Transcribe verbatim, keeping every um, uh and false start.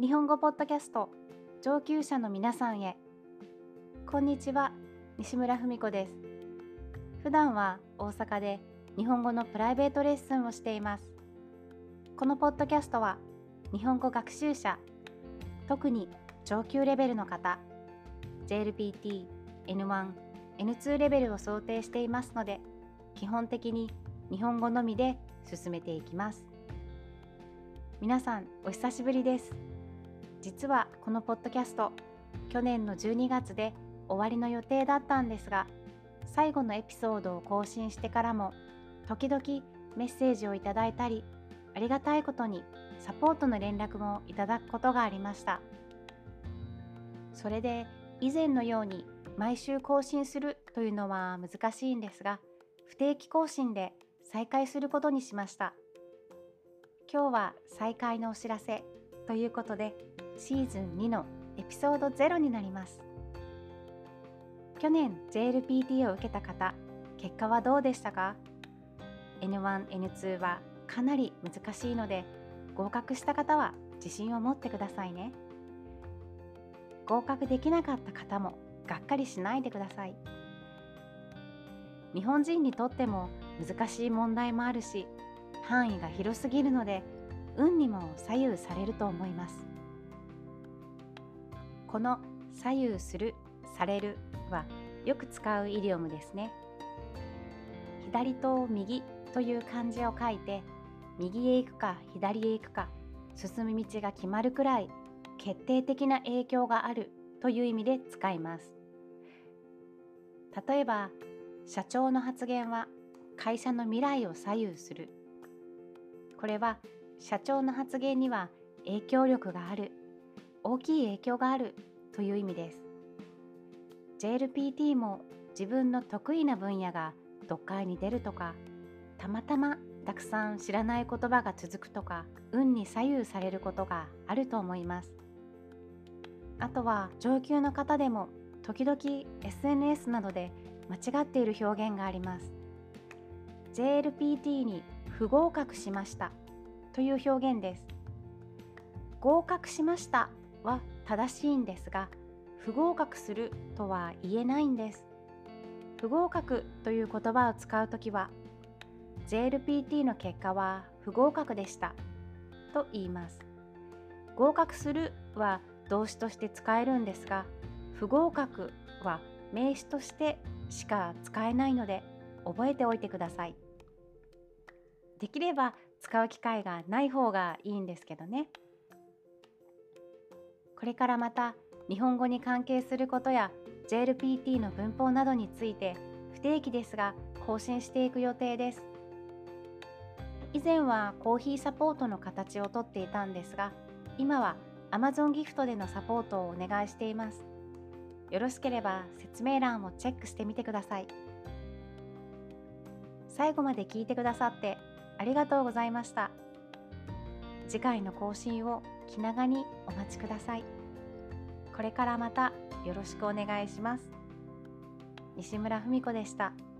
日本語ポッドキャスト上級者の皆さんへ。こんにちは、西村文子です。普段は大阪で日本語のプライベートレッスンをしています。このポッドキャストは日本語学習者、特に上級レベルの方、ジェーエルピーティー、エヌワン、エヌツー レベルを想定していますので、基本的に日本語のみで進めていきます。皆さんお久しぶりです。実はこのポッドキャスト、去年のじゅうにがつで終わりの予定だったんですが、最後のエピソードを更新してからも時々メッセージをいただいたり、ありがたいことにサポートの連絡もいただくことがありました。それで以前のように毎週更新するというのは難しいんですが、不定期更新で再開することにしました。今日は再開のお知らせということで、シーズンにのエピソードゼロになります。去年 ジェーエルピーティー を受けた方、結果はどうでしたか？ エヌワン、エヌツー はかなり難しいので、合格した方は自信を持ってくださいね。合格できなかった方もがっかりしないでください。日本人にとっても難しい問題もあるし、範囲が広すぎるので、運にも左右されると思います。この左右する、されるはよく使うイディオムですね。左と右という漢字を書いて、右へ行くか左へ行くか進み道が決まるくらい決定的な影響があるという意味で使います。例えば、社長の発言は会社の未来を左右する。これは社長の発言には影響力がある、大きい影響があるという意味です。ジェーエルピーティー も自分の得意な分野が読解に出るとか、たまたまたくさん知らない言葉が続くとか、運に左右されることがあると思います。あとは上級の方でも時々 エスエヌエス などで間違っている表現があります。ジェーエルピーティー に不合格しましたという表現です。合格しましたは正しいんですが、不合格するとは言えないんです。不合格という言葉を使うときは、ジェーエルピーティー の結果は不合格でしたと言います。合格するは動詞として使えるんですが、不合格は名詞としてしか使えないので覚えておいてください。できれば使う機会がない方がいいんですけどね。これからまた日本語に関係することや ジェーエルピーティー の文法などについて不定期ですが更新していく予定です。以前はコーヒーサポートの形をとっていたんですが、今は Amazon ギフトでのサポートをお願いしています。よろしければ説明欄をチェックしてみてください。最後まで聞いてくださってありがとうございました。次回の更新を気長にお待ちください。これからまたよろしくお願いします。西村文子でした。